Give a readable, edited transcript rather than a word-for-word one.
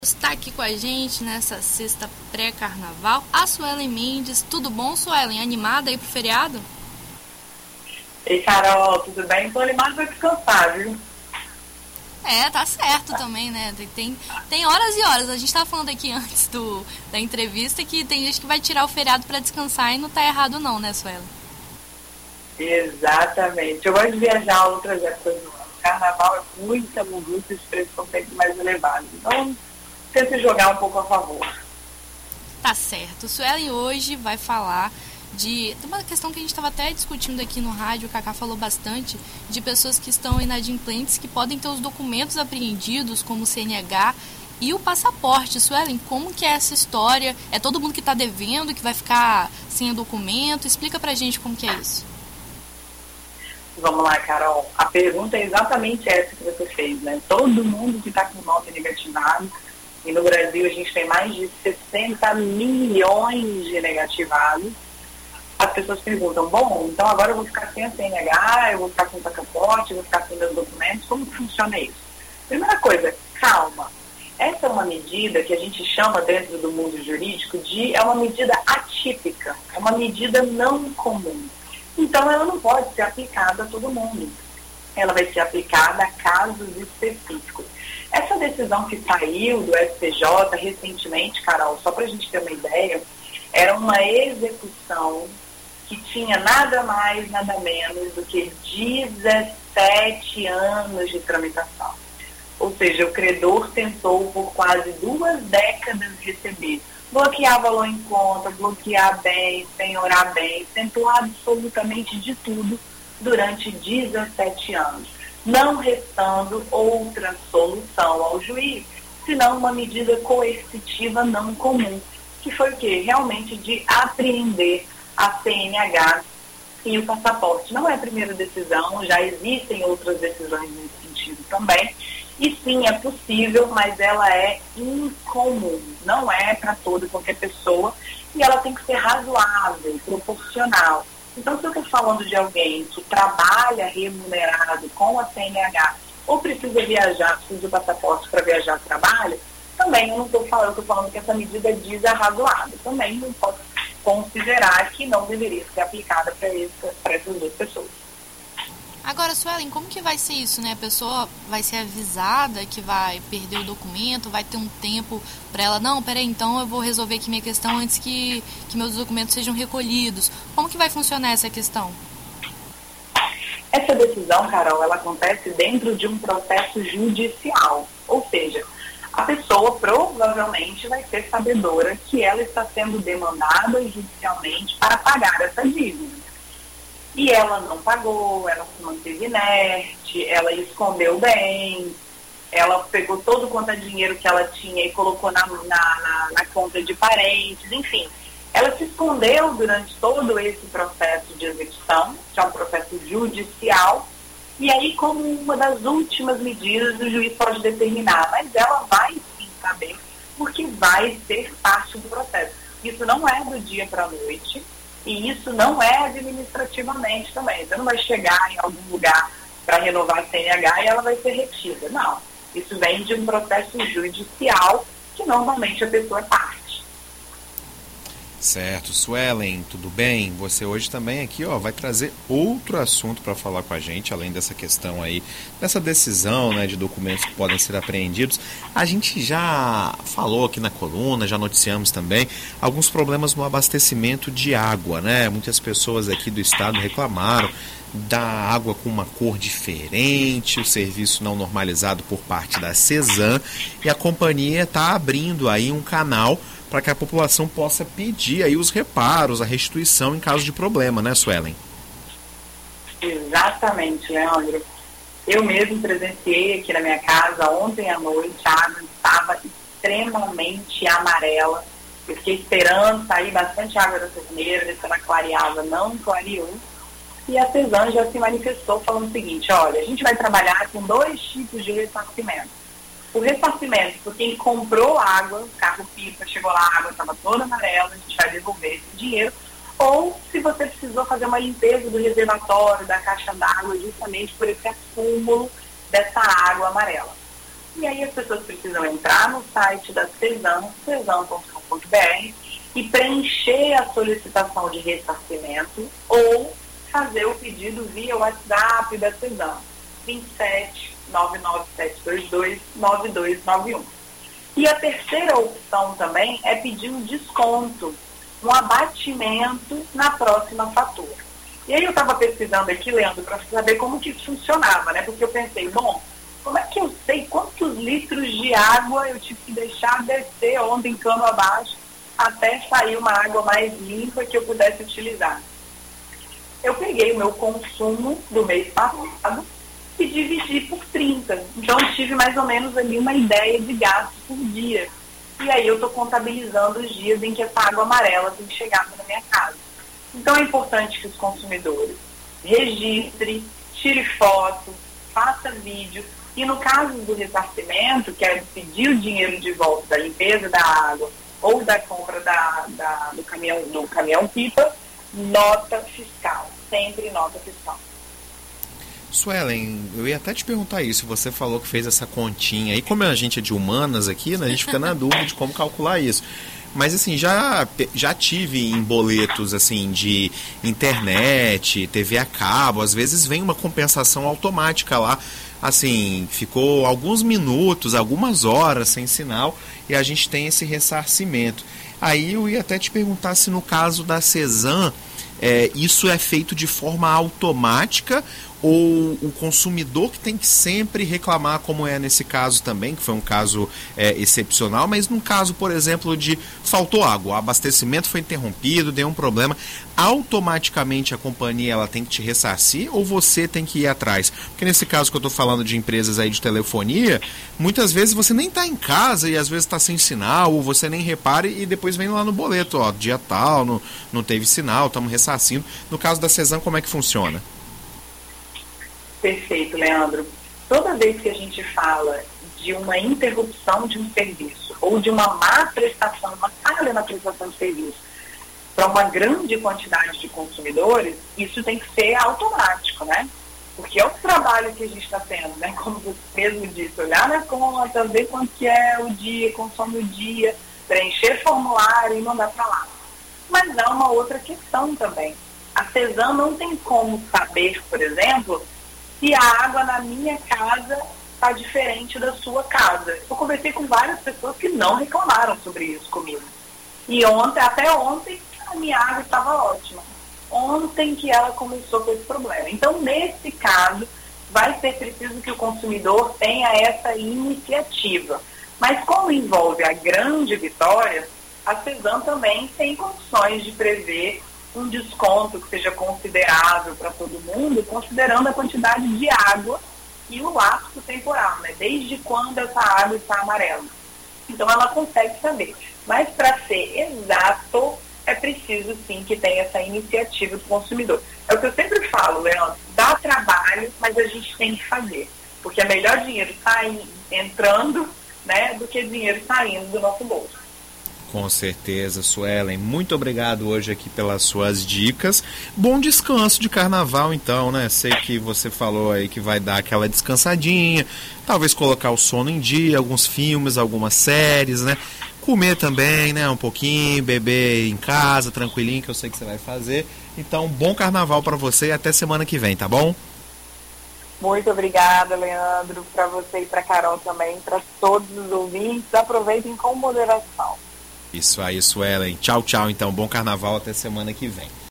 Está aqui com a gente nessa sexta pré-carnaval, a Suelen Mendes. Tudo bom, Suelen? Animada aí pro feriado? Ei, Carol, tudo bem? Tô animada pra descansar, viu? Tá certo também, né? Tem horas e horas. A gente tava falando aqui antes da entrevista que tem gente que vai tirar o feriado pra descansar e não tá errado não, né, Suelen? Exatamente. Eu gosto de viajar outras épocas do ano. Carnaval é muita muvuca, os preços são sempre mais elevados. Então, tento jogar um pouco a favor. Tá certo. Suelen hoje vai falar de uma questão que a gente estava até discutindo aqui no rádio, o Cacá falou bastante, de pessoas que estão inadimplentes, que podem ter os documentos apreendidos, como o CNH e o passaporte. Suelen, como que é essa história? É todo mundo que está devendo, que vai ficar sem o documento? Explica pra gente como que é isso. Vamos lá, Carol. A pergunta é exatamente essa que você fez, né? Todo mundo que está com nota negativado, e no Brasil a gente tem mais de 60 milhões de negativados. As pessoas perguntam, bom, então agora eu vou ficar sem a CNH, eu vou ficar sem o passaporte, eu vou ficar sem meus documentos, como que funciona isso? Primeira coisa, calma. Essa é uma medida que a gente chama dentro do mundo jurídico é uma medida atípica, é uma medida não comum. Então ela não pode ser aplicada a todo mundo. Ela vai ser aplicada a casos específicos. Essa decisão que saiu do STJ recentemente, Carol, só para a gente ter uma ideia, era uma execução que tinha nada mais, nada menos do que 17 anos de tramitação. Ou seja, o credor tentou por quase 2 décadas receber. Bloquear valor em conta, bloquear bens, penhorar bens, tentou absolutamente de tudo durante 17 anos, não restando outra solução ao juiz, senão uma medida coercitiva não comum, que foi o quê? Realmente de apreender a CNH e o passaporte. Não é a primeira decisão, já existem outras decisões nesse sentido também. E sim, é possível, mas ela é incomum. Não é para toda qualquer pessoa e ela tem que ser razoável, proporcional. Então, se eu estou falando de alguém que trabalha remunerado com a CNH ou precisa viajar, precisa de passaporte para viajar a trabalho, também eu não estou falando, eu estou falando que essa medida é desarrazoada. Também não posso considerar que não deveria ser aplicada para essas duas pessoas. Agora, Suelen, como que vai ser isso, né? A pessoa vai ser avisada que vai perder o documento, vai ter um tempo para ela, não, peraí, então eu vou resolver aqui minha questão antes que meus documentos sejam recolhidos. Como que vai funcionar essa questão? Essa decisão, Carol, ela acontece dentro de um processo judicial, ou seja, a pessoa provavelmente vai ser sabedora que ela está sendo demandada judicialmente para pagar essa dívida. E ela não pagou, ela se manteve inerte, ela escondeu bem, ela pegou todo quanto é dinheiro que ela tinha e colocou na conta de parentes, enfim. Ela se escondeu durante todo esse processo de execução, que é um processo judicial, e aí, como uma das últimas medidas, o juiz pode determinar, mas ela vai sim saber, porque vai ser parte do processo. Isso não é do dia para a noite, e isso não é administrativamente também. Você não vai chegar em algum lugar para renovar a CNH e ela vai ser retida. Não. Isso vem de um processo judicial que normalmente a pessoa é parte. Certo. Suelen, tudo bem? Você hoje também aqui vai trazer outro assunto para falar com a gente, além dessa questão aí, dessa decisão, né, de documentos que podem ser apreendidos. A gente já falou aqui na coluna, já noticiamos também alguns problemas no abastecimento de água, né? Muitas pessoas aqui do estado reclamaram da água com uma cor diferente, o serviço não normalizado por parte da CESAM, e a companhia está abrindo aí um canal para que a população possa pedir aí os reparos, a restituição em caso de problema, né, Suelen? Exatamente, Leandro. Eu mesmo presenciei aqui na minha casa ontem à noite, a água estava extremamente amarela. Eu fiquei esperando sair bastante água da torneira, ver se ela clareava, não clareou. E a CESAM já se manifestou falando o seguinte, olha, a gente vai trabalhar com 2 tipos de ressarcimento. O ressarcimento, por quem comprou água, carro-pipa, chegou lá, a água estava toda amarela, a gente vai devolver esse dinheiro. Ou se você precisou fazer uma limpeza do reservatório, da caixa d'água, justamente por esse acúmulo dessa água amarela. E aí as pessoas precisam entrar no site da Cesan, cesan.com.br, e preencher a solicitação de ressarcimento ou fazer o pedido via WhatsApp da Cesan, 27 99722 9291. E a terceira opção também é pedir um desconto, um abatimento na próxima fatura. E aí eu estava pesquisando aqui, Leandro, para saber como que isso funcionava, né? Porque eu pensei, bom, como é que eu sei quantos litros de água eu tive que deixar descer ontem cano abaixo até sair uma água mais limpa que eu pudesse utilizar? Eu peguei o meu consumo do mês passado e dividi por 30. Então, eu tive mais ou menos ali uma ideia de gasto por dia. E aí eu estou contabilizando os dias em que essa água amarela tem chegado na minha casa. Então, é importante que os consumidores registrem, tire foto, faça vídeo. E no caso do ressarcimento, que é pedir o dinheiro de volta da limpeza da água ou da compra do caminhão-pipa, nota fiscal. Sempre nota fiscal. Suelen, eu ia até te perguntar isso, você falou que fez essa continha, e como a gente é de humanas aqui, né, a gente fica na dúvida de como calcular isso. Mas assim, já tive em boletos assim de internet, TV a cabo, às vezes vem uma compensação automática lá, assim, ficou alguns minutos, algumas horas sem sinal e a gente tem esse ressarcimento. Aí eu ia até te perguntar se no caso da Cesan, isso é feito de forma automática ou o consumidor que tem que sempre reclamar, como é nesse caso também, que foi um caso excepcional, mas num caso, por exemplo, de faltou água, o abastecimento foi interrompido, deu um problema, automaticamente a companhia ela tem que te ressarcir ou você tem que ir atrás? Porque nesse caso que eu estou falando de empresas aí de telefonia, muitas vezes você nem está em casa e às vezes está sem sinal, ou você nem repara e depois vem lá no boleto, ó, dia tal, não teve sinal, estamos ressarcindo. No caso da Cesan, como é que funciona? Perfeito, Leandro. Toda vez que a gente fala de uma interrupção de um serviço ou de uma má prestação, uma falha na prestação de serviço para uma grande quantidade de consumidores, isso tem que ser automático, né? Porque é o trabalho que a gente está tendo, né? Como você mesmo disse, olhar na conta, ver quanto que é o dia, consome o dia, preencher formulário e mandar para lá. Mas há uma outra questão também. A Cesan não tem como saber, por exemplo, se a água na minha casa está diferente da sua casa. Eu conversei com várias pessoas que não reclamaram sobre isso comigo. E até ontem, a minha água estava ótima. Ontem que ela começou com esse problema. Então, nesse caso, vai ser preciso que o consumidor tenha essa iniciativa. Mas como envolve a grande vitória, a Cesan também tem condições de prever um desconto que seja considerável para todo mundo, considerando a quantidade de água e o lapso temporal, né? Desde quando essa água está amarela. Então ela consegue saber. Mas para ser exato, é preciso sim que tenha essa iniciativa do consumidor. É o que eu sempre falo, Leandro, dá trabalho, mas a gente tem que fazer. Porque é melhor dinheiro entrando, né, do que dinheiro saindo do nosso bolso. Com certeza, Suelen. Muito obrigado hoje aqui pelas suas dicas. Bom descanso de carnaval, então, né? Sei que você falou aí que vai dar aquela descansadinha, talvez colocar o sono em dia, alguns filmes, algumas séries, né? Comer também, né? Um pouquinho, beber em casa, tranquilinho, que eu sei que você vai fazer. Então, bom carnaval para você e até semana que vem, tá bom? Muito obrigada, Leandro, para você e para Carol também, para todos os ouvintes. Aproveitem com moderação. Isso aí, Suelen. Tchau, tchau, então. Bom carnaval, até semana que vem.